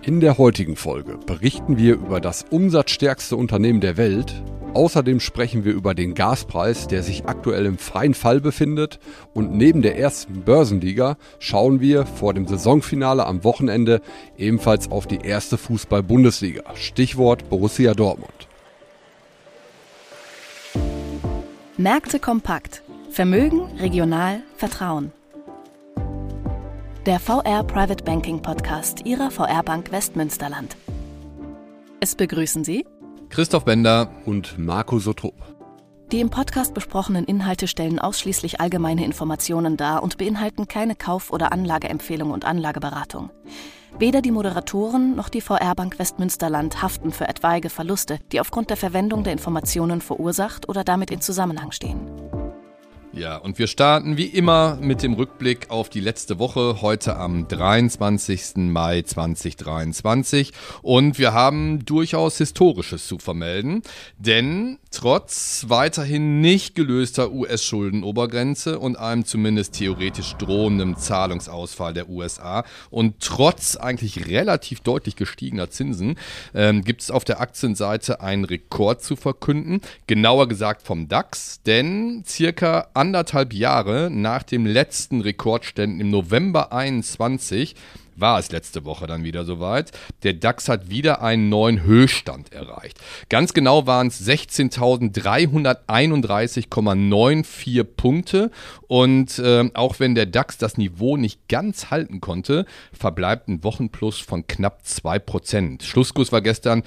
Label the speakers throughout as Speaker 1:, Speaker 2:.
Speaker 1: In der heutigen Folge berichten wir über das umsatzstärkste Unternehmen der Welt. Außerdem sprechen wir über den Gaspreis, der sich aktuell im freien Fall befindet. Und neben der ersten Börsenliga schauen wir vor dem Saisonfinale am Wochenende ebenfalls auf die erste Fußball-Bundesliga. Stichwort Borussia Dortmund.
Speaker 2: Märkte kompakt. Vermögen, regional, Vertrauen. Der VR Private Banking Podcast Ihrer VR Bank Westmünsterland. Es begrüßen Sie
Speaker 3: Christoph Bender
Speaker 1: und Marco Sottrup.
Speaker 2: Die im Podcast besprochenen Inhalte stellen ausschließlich allgemeine Informationen dar und beinhalten keine Kauf- oder Anlageempfehlung und Anlageberatung. Weder die Moderatoren noch die VR Bank Westmünsterland haften für etwaige Verluste, die aufgrund der Verwendung der Informationen verursacht oder damit in Zusammenhang stehen.
Speaker 3: Ja, und wir starten wie immer mit dem Rückblick auf die letzte Woche, heute am 23. Mai 2023. Und wir haben durchaus Historisches zu vermelden, denn trotz weiterhin nicht gelöster US-Schuldenobergrenze und einem zumindest theoretisch drohenden Zahlungsausfall der USA und trotz eigentlich relativ deutlich gestiegener Zinsen gibt es auf der Aktienseite einen Rekord zu verkünden, genauer gesagt vom DAX, denn circa 1,5 Jahre nach dem letzten Rekordständen im November 21 war es letzte Woche dann wieder soweit. Der DAX hat wieder einen neuen Höchststand erreicht. Ganz genau waren es 16.331,94 Punkte. Und auch wenn der DAX das Niveau nicht ganz halten konnte, verbleibt ein Wochenplus von knapp 2%. Schlusskurs war gestern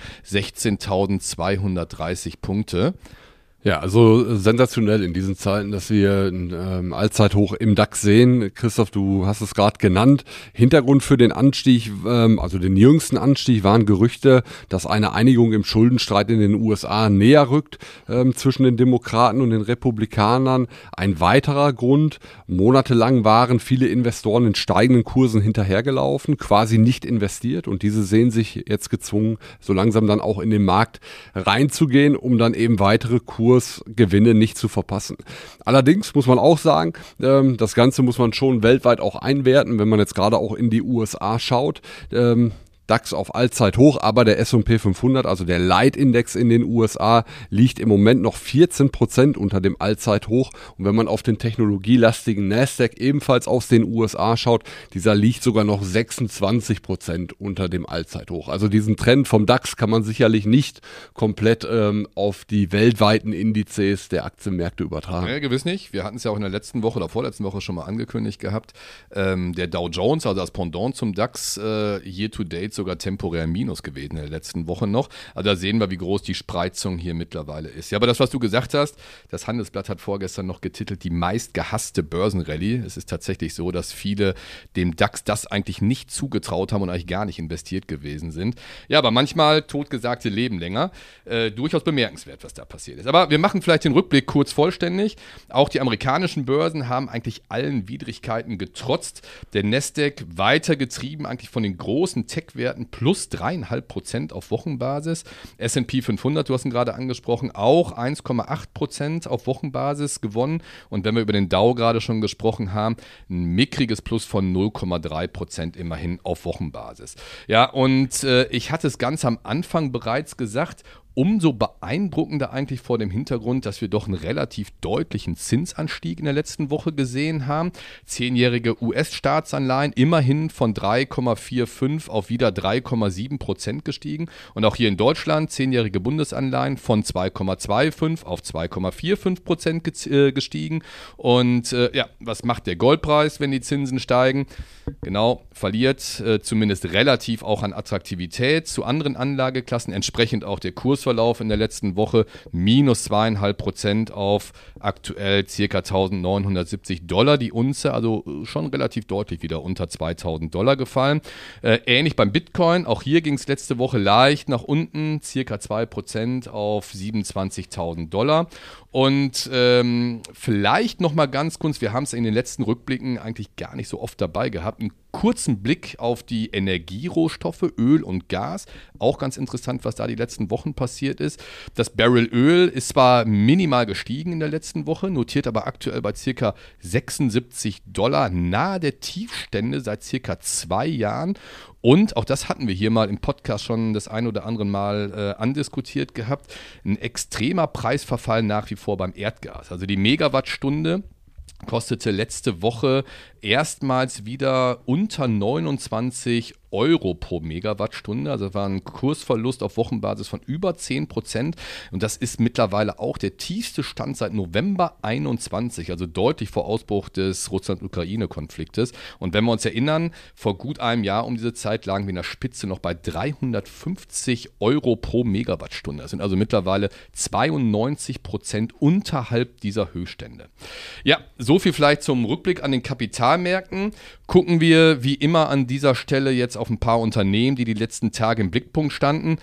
Speaker 3: 16.230 Punkte.
Speaker 1: Ja, also sensationell in diesen Zeiten, dass wir ein Allzeithoch im DAX sehen. Christoph, du hast es gerade genannt. Hintergrund für den Anstieg, also den jüngsten Anstieg, waren Gerüchte, dass eine Einigung im Schuldenstreit in den USA näher rückt zwischen den Demokraten und den Republikanern. Ein weiterer Grund: monatelang waren viele Investoren in steigenden Kursen hinterhergelaufen, quasi nicht investiert, und diese sehen sich jetzt gezwungen, so langsam dann auch in den Markt reinzugehen, um dann eben weitere Kursgewinne nicht zu verpassen. Allerdings muss man auch sagen, das Ganze muss man schon weltweit auch einwerten, wenn man jetzt gerade auch in die USA schaut. DAX auf Allzeithoch, aber der S&P 500, also der Leitindex in den USA, liegt im Moment noch 14% unter dem Allzeithoch. Und wenn man auf den technologielastigen Nasdaq ebenfalls aus den USA schaut, dieser liegt sogar noch 26% unter dem Allzeithoch. Also diesen Trend vom DAX kann man sicherlich nicht komplett auf die weltweiten Indizes der Aktienmärkte übertragen.
Speaker 3: Ja, gewiss nicht. Wir hatten es ja auch in der letzten Woche oder vorletzten Woche schon mal angekündigt gehabt. Der Dow Jones, also das Pendant zum DAX, year to date sogar temporär Minus gewesen in der letzten Woche noch. Also da sehen wir, wie groß die Spreizung hier mittlerweile ist. Ja, aber das, was du gesagt hast, das Handelsblatt hat vorgestern noch getitelt, die meistgehasste Börsenrallye. Es ist tatsächlich so, dass viele dem DAX das eigentlich nicht zugetraut haben und eigentlich gar nicht investiert gewesen sind. Ja, aber manchmal Totgesagte leben länger. Durchaus bemerkenswert, was da passiert ist. Aber wir machen vielleicht den Rückblick kurz vollständig. Auch die amerikanischen Börsen haben eigentlich allen Widrigkeiten getrotzt. Der Nasdaq weiter getrieben eigentlich von den großen Tech-Werten plus 3,5% auf Wochenbasis. S&P 500, du hast ihn gerade angesprochen, auch 1,8% auf Wochenbasis gewonnen. Und wenn wir über den Dow gerade schon gesprochen haben, ein mickriges Plus von 0,3% immerhin auf Wochenbasis. Ja, und ich hatte es ganz am Anfang bereits gesagt, umso beeindruckender eigentlich vor dem Hintergrund, dass wir doch einen relativ deutlichen Zinsanstieg in der letzten Woche gesehen haben. 10-jährige US-Staatsanleihen immerhin von 3,45 auf wieder 3,7% gestiegen. Und auch hier in Deutschland 10-jährige Bundesanleihen von 2,25 auf 2,45% gestiegen. Und ja, was macht der Goldpreis, wenn die Zinsen steigen? Genau, verliert zumindest relativ auch an Attraktivität zu anderen Anlageklassen, entsprechend auch der Kursverlauf in der letzten Woche minus 2,5% auf aktuell ca. $1.970 die Unze, also schon relativ deutlich wieder unter $2.000 gefallen. Ähnlich beim Bitcoin, auch hier ging es letzte Woche leicht nach unten, ca. 2% auf $27.000. Und vielleicht nochmal ganz kurz, wir haben es in den letzten Rückblicken eigentlich gar nicht so oft dabei gehabt, ein kurzen Blick auf die Energierohstoffe, Öl und Gas. Auch ganz interessant, was da die letzten Wochen passiert ist. Das Barrel Öl ist zwar minimal gestiegen in der letzten Woche, notiert aber aktuell bei ca. $76, nahe der Tiefstände seit ca. 2 Jahren. Und auch das hatten wir hier mal im Podcast schon das ein oder andere Mal andiskutiert gehabt. Ein extremer Preisverfall nach wie vor beim Erdgas. Also die Megawattstunde kostete letzte Woche erstmals wieder unter 29 Euro pro Megawattstunde. Also war ein Kursverlust auf Wochenbasis von über 10%. Und das ist mittlerweile auch der tiefste Stand seit November 21, also deutlich vor Ausbruch des Russland-Ukraine-Konfliktes. Und wenn wir uns erinnern, vor gut einem Jahr um diese Zeit lagen wir in der Spitze noch bei 350 Euro pro Megawattstunde. Das sind also mittlerweile 92% unterhalb dieser Höchststände. Ja, so viel vielleicht zum Rückblick an den Kapitalmärkten. Gucken wir wie immer an dieser Stelle jetzt auf ein paar Unternehmen, die letzten Tage im Blickpunkt standen.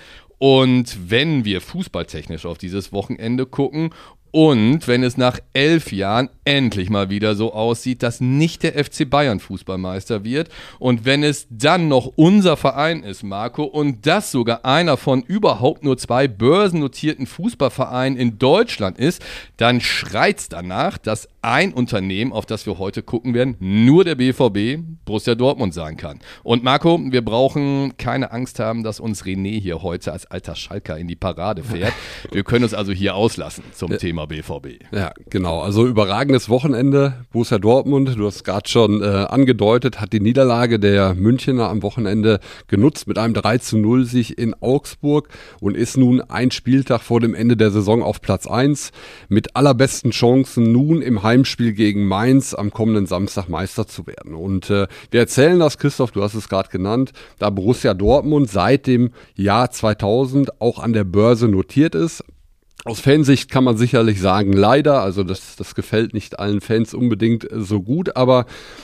Speaker 3: Und wenn wir fußballtechnisch auf dieses Wochenende gucken und wenn es nach 11 Jahren endlich mal wieder so aussieht, dass nicht der FC Bayern Fußballmeister wird und wenn es dann noch unser Verein ist, Marco, und das sogar einer von überhaupt nur 2 börsennotierten Fußballvereinen in Deutschland ist, dann schreit's danach, dass ein Unternehmen, auf das wir heute gucken werden, nur der BVB, Borussia Dortmund sein kann. Und Marco, wir brauchen keine Angst haben, dass uns René hier heute als alter Schalker in die Parade fährt. Wir können uns also hier auslassen zum Thema BVB.
Speaker 1: Ja, genau. Also überragendes Wochenende. Borussia Dortmund, du hast gerade schon angedeutet, hat die Niederlage der Münchner am Wochenende genutzt mit einem 3-0-Sieg in Augsburg und ist nun ein Spieltag vor dem Ende der Saison auf Platz 1 mit allerbesten Chancen, nun im Heimspiel gegen Mainz am kommenden Samstag Meister zu werden. Und wir erzählen das, Christoph, du hast es gerade genannt, da Borussia Dortmund seit dem Jahr 2000 auch an der Börse notiert ist. Aus Fansicht kann man sicherlich sagen, leider, also das gefällt nicht allen Fans unbedingt so gut, aber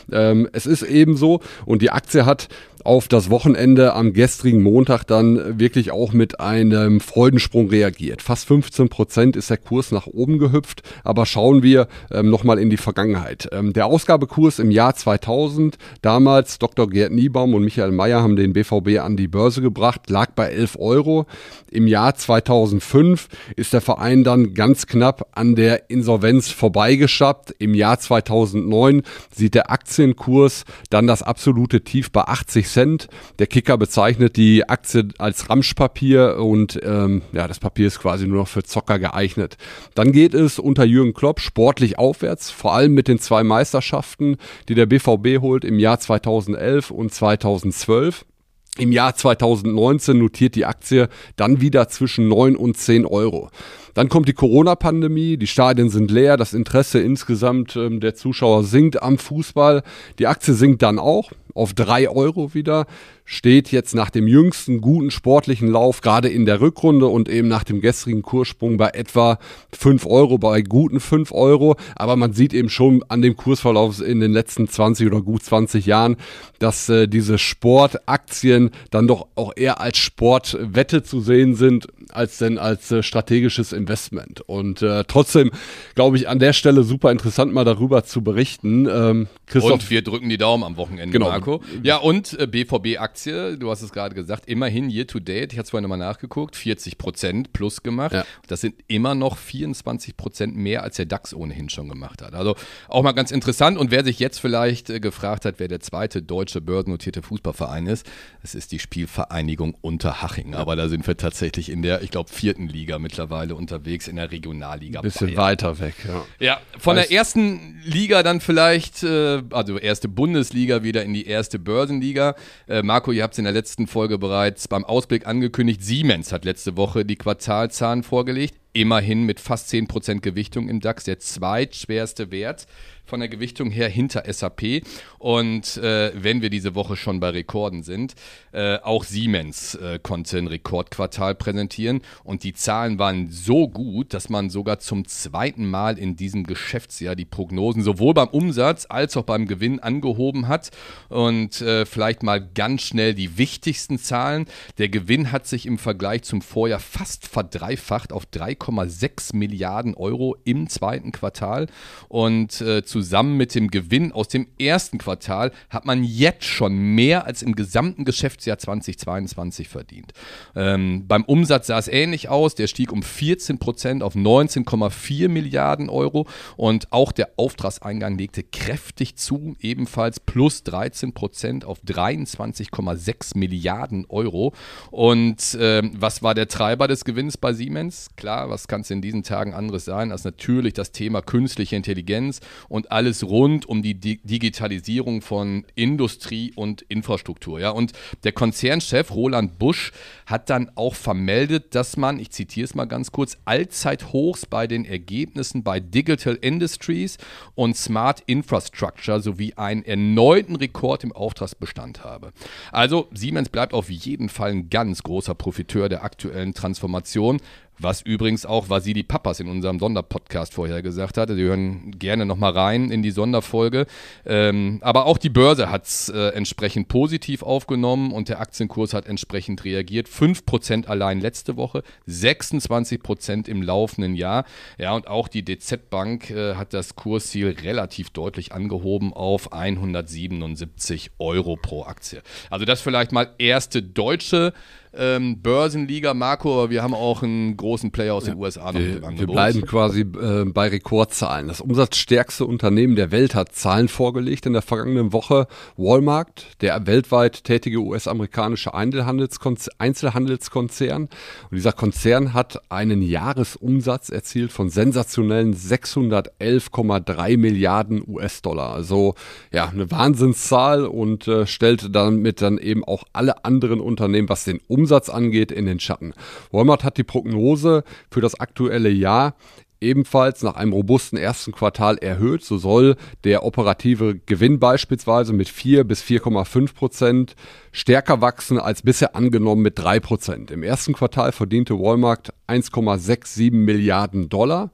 Speaker 1: es ist eben so und die Aktie hat auf das Wochenende am gestrigen Montag dann wirklich auch mit einem Freudensprung reagiert. Fast 15% ist der Kurs nach oben gehüpft, aber schauen wir nochmal in die Vergangenheit. Der Ausgabekurs im Jahr 2000, damals Dr. Gerd Niebaum und Michael Mayer haben den BVB an die Börse gebracht, lag bei 11 Euro. Im Jahr 2005 ist der Verein dann ganz knapp an der Insolvenz vorbeigeschraubt. Im Jahr 2009 sieht der Aktienkurs dann das absolute Tief bei 80 Cent. Der Kicker bezeichnet die Aktie als Ramschpapier und das Papier ist quasi nur noch für Zocker geeignet. Dann geht es unter Jürgen Klopp sportlich aufwärts, vor allem mit den 2 Meisterschaften, die der BVB holt im Jahr 2011 und 2012. Im Jahr 2019 notiert die Aktie dann wieder zwischen 9 und 10 Euro. Dann kommt die Corona-Pandemie, die Stadien sind leer, das Interesse insgesamt der Zuschauer sinkt am Fußball. Die Aktie sinkt dann auch auf 3 Euro wieder, steht jetzt nach dem jüngsten guten sportlichen Lauf, gerade in der Rückrunde und eben nach dem gestrigen Kurssprung bei etwa 5 Euro, bei guten 5 Euro. Aber man sieht eben schon an dem Kursverlauf in den letzten 20 oder gut 20 Jahren, dass diese Sportaktien dann doch auch eher als Sportwette zu sehen sind, als denn als strategisches Investment. Und trotzdem, glaube ich, an der Stelle super interessant mal darüber zu berichten.
Speaker 3: Christoph, und wir drücken die Daumen am Wochenende,
Speaker 1: genau.
Speaker 3: Marco. Ja, und BVB-Aktie, du hast es gerade gesagt, immerhin year to date, ich habe es vorhin nochmal nachgeguckt, 40% plus gemacht. Ja. Das sind immer noch 24% mehr, als der DAX ohnehin schon gemacht hat. Also auch mal ganz interessant. Und wer sich jetzt vielleicht gefragt hat, wer der zweite deutsche börsennotierte Fußballverein ist, es ist die Spielvereinigung Unterhaching. Aber da sind wir tatsächlich in der, ich glaube, 4. Liga mittlerweile unterwegs, in der Regionalliga.
Speaker 1: Bisschen
Speaker 3: Bayern.
Speaker 1: weiter weg, ja.
Speaker 3: Ja, von der ersten Liga dann vielleicht, also erste Bundesliga wieder in die erste Börsenliga. Marco, ihr habt es in der letzten Folge bereits beim Ausblick angekündigt. Siemens hat letzte Woche die Quartalzahlen vorgelegt. Immerhin mit fast 10% Gewichtung im DAX, der zweitschwerste Wert von der Gewichtung her hinter SAP. Und wenn wir diese Woche schon bei Rekorden sind, auch Siemens konnte ein Rekordquartal präsentieren. Und die Zahlen waren so gut, dass man sogar zum 2. Mal in diesem Geschäftsjahr die Prognosen sowohl beim Umsatz als auch beim Gewinn angehoben hat. Und vielleicht mal ganz schnell die wichtigsten Zahlen. Der Gewinn hat sich im Vergleich zum Vorjahr fast verdreifacht auf 3,8 2,6 Milliarden Euro im zweiten Quartal und zusammen mit dem Gewinn aus dem ersten Quartal hat man jetzt schon mehr als im gesamten Geschäftsjahr 2022 verdient. Beim Umsatz sah es ähnlich aus, der stieg um 14% auf 19,4 Milliarden Euro und auch der Auftragseingang legte kräftig zu, ebenfalls plus 13% auf 23,6 Milliarden Euro. Und was war der Treiber des Gewinns bei Siemens? Klar, was kann es in diesen Tagen anderes sein als natürlich das Thema künstliche Intelligenz und alles rund um die Digitalisierung von Industrie und Infrastruktur. Ja? Und der Konzernchef Roland Busch hat dann auch vermeldet, dass man, ich zitiere es mal ganz kurz, Allzeithochs bei den Ergebnissen bei Digital Industries und Smart Infrastructure sowie einen erneuten Rekord im Auftragsbestand habe. Also Siemens bleibt auf jeden Fall ein ganz großer Profiteur der aktuellen Transformation. Was übrigens auch Vasili Pappas in unserem Sonderpodcast vorher gesagt hatte. Sie hören gerne nochmal rein in die Sonderfolge. Aber auch die Börse hat es entsprechend positiv aufgenommen und der Aktienkurs hat entsprechend reagiert. 5% allein letzte Woche, 26% im laufenden Jahr. Ja, und auch die DZ Bank hat das Kursziel relativ deutlich angehoben auf 177 Euro pro Aktie. Also das vielleicht mal erste deutsche Börsenliga, Marco, aber wir haben auch einen großen Player aus den USA noch mit im Angebot.
Speaker 1: Wir bleiben quasi bei Rekordzahlen. Das umsatzstärkste Unternehmen der Welt hat Zahlen vorgelegt in der vergangenen Woche. Walmart, der weltweit tätige US-amerikanische Einzelhandelskonzern. Und dieser Konzern hat einen Jahresumsatz erzielt von sensationellen 611,3 Milliarden US-Dollar. Also ja, eine Wahnsinnszahl und stellt damit dann eben auch alle anderen Unternehmen, was den Umsatz angeht, in den Schatten. Walmart hat die Prognose für das aktuelle Jahr ebenfalls nach einem robusten ersten Quartal erhöht. So soll der operative Gewinn beispielsweise mit 4 bis 4,5% stärker wachsen als bisher angenommen mit 3%. Im ersten Quartal verdiente Walmart 1,67 Milliarden Dollar.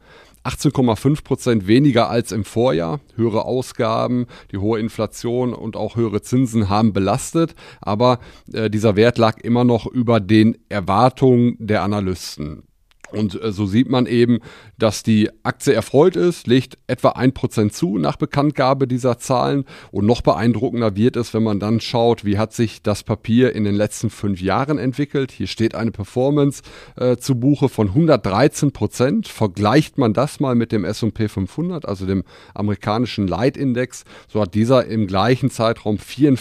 Speaker 1: 18,5% weniger als im Vorjahr. Höhere Ausgaben, die hohe Inflation und auch höhere Zinsen haben belastet. Aber dieser Wert lag immer noch über den Erwartungen der Analysten. Und so sieht man eben, dass die Aktie erfreut ist, legt etwa 1% zu nach Bekanntgabe dieser Zahlen. Und noch beeindruckender wird es, wenn man dann schaut, wie hat sich das Papier in den letzten 5 Jahren entwickelt. Hier steht eine Performance zu Buche von 113%. Vergleicht man das mal mit dem S&P 500, also dem amerikanischen Leitindex, so hat dieser im gleichen Zeitraum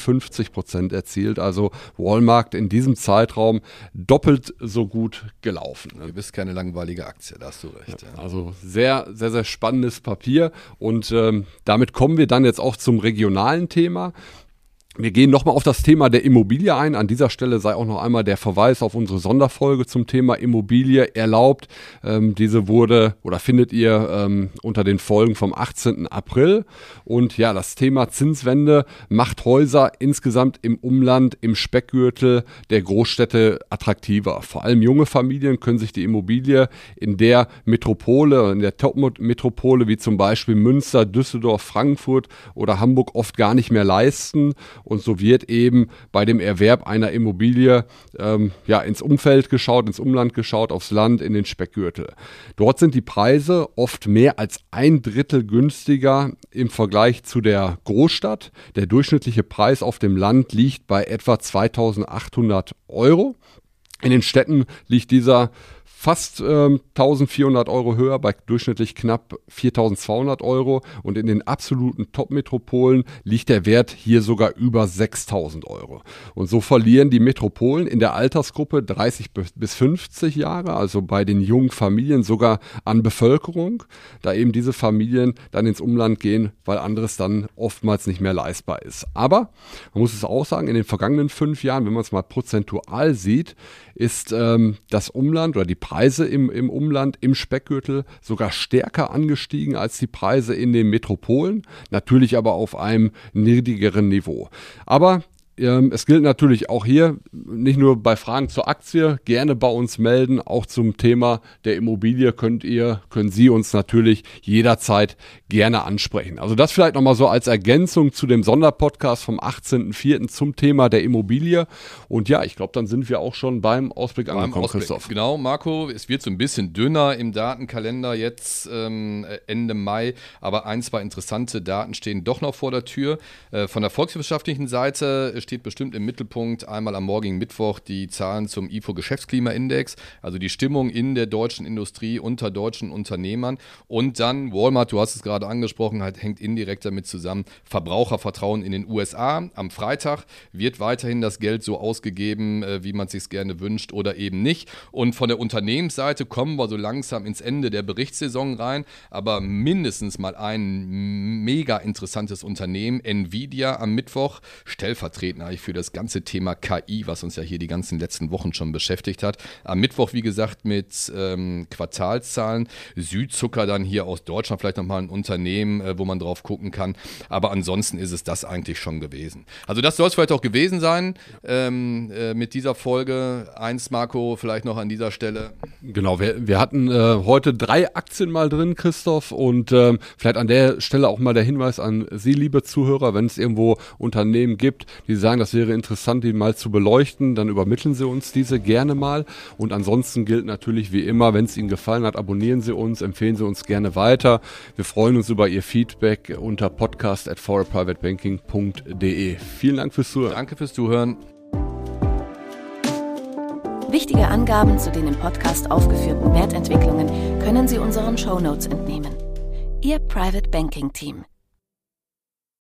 Speaker 1: 54% erzielt. Also Walmart in diesem Zeitraum doppelt so gut gelaufen.
Speaker 3: Du bist keine langweilige Aktie, da hast du recht.
Speaker 1: Ja, also sehr, sehr, sehr spannendes Papier und damit kommen wir dann jetzt auch zum regionalen Thema. Wir gehen nochmal auf das Thema der Immobilie ein. An dieser Stelle sei auch noch einmal der Verweis auf unsere Sonderfolge zum Thema Immobilie erlaubt. Diese wurde oder findet ihr unter den Folgen vom 18. April. Und ja, das Thema Zinswende macht Häuser insgesamt im Umland, im Speckgürtel der Großstädte attraktiver. Vor allem junge Familien können sich die Immobilie in der Metropole, in der Top-Metropole wie zum Beispiel Münster, Düsseldorf, Frankfurt oder Hamburg oft gar nicht mehr leisten. Und so wird eben bei dem Erwerb einer Immobilie ins Umfeld geschaut, ins Umland geschaut, aufs Land, in den Speckgürtel. Dort sind die Preise oft mehr als 1/3 günstiger im Vergleich zu der Großstadt. Der durchschnittliche Preis auf dem Land liegt bei etwa 2.800 Euro. In den Städten liegt dieser fast 1.400 Euro höher, bei durchschnittlich knapp 4.200 Euro. Und in den absoluten Top-Metropolen liegt der Wert hier sogar über 6.000 Euro. Und so verlieren die Metropolen in der Altersgruppe 30 bis 50 Jahre, also bei den jungen Familien sogar an Bevölkerung, da eben diese Familien dann ins Umland gehen, weil anderes dann oftmals nicht mehr leistbar ist. Aber man muss es auch sagen, in den vergangenen 5 Jahren, wenn man es mal prozentual sieht, ist das Umland oder die Preise im Umland, im Speckgürtel sogar stärker angestiegen als die Preise in den Metropolen, natürlich aber auf einem niedrigeren Niveau. Aber es gilt natürlich auch hier, nicht nur bei Fragen zur Aktie, gerne bei uns melden, auch zum Thema der Immobilie können Sie uns natürlich jederzeit gerne ansprechen. Also das vielleicht nochmal so als Ergänzung zu dem Sonderpodcast vom 18.04. zum Thema der Immobilie. Und ja, ich glaube, dann sind wir auch schon beim Ausblick angekommen, Christoph.
Speaker 3: Genau, Marco, es wird so ein bisschen dünner im Datenkalender jetzt Ende Mai, aber ein, zwei interessante Daten stehen doch noch vor der Tür. Von der volkswirtschaftlichen Seite steht bestimmt im Mittelpunkt einmal am morgigen Mittwoch die Zahlen zum IFO-Geschäftsklimaindex, also die Stimmung in der deutschen Industrie unter deutschen Unternehmern. Und dann Walmart, du hast es gerade angesprochen, hängt indirekt damit zusammen, Verbrauchervertrauen in den USA. Am Freitag wird weiterhin das Geld so ausgegeben, wie man es sich gerne wünscht oder eben nicht. Und von der Unternehmensseite kommen wir so langsam ins Ende der Berichtssaison rein, aber mindestens mal ein mega interessantes Unternehmen, Nvidia am Mittwoch, stellvertretend eigentlich für das ganze Thema KI, was uns ja hier die ganzen letzten Wochen schon beschäftigt hat. Am Mittwoch, wie gesagt, mit Quartalszahlen. Südzucker dann hier aus Deutschland, vielleicht nochmal ein Unternehmen, wo man drauf gucken kann. Aber ansonsten ist es das eigentlich schon gewesen. Also das soll es vielleicht auch gewesen sein mit dieser Folge. Eins, Marco, vielleicht noch an dieser Stelle.
Speaker 1: Genau, wir hatten heute 3 Aktien mal drin, Christoph, und vielleicht an der Stelle auch mal der Hinweis an Sie, liebe Zuhörer, wenn es irgendwo Unternehmen gibt, die sagen, das wäre interessant, die mal zu beleuchten, dann übermitteln Sie uns diese gerne mal. Und ansonsten gilt natürlich wie immer, wenn es Ihnen gefallen hat, abonnieren Sie uns, empfehlen Sie uns gerne weiter. Wir freuen uns über Ihr Feedback unter podcast@4privatebanking.de. Vielen Dank fürs Zuhören.
Speaker 3: Danke fürs Zuhören.
Speaker 2: Wichtige Angaben zu den im Podcast aufgeführten Wertentwicklungen können Sie unseren Shownotes entnehmen. Ihr Private Banking Team.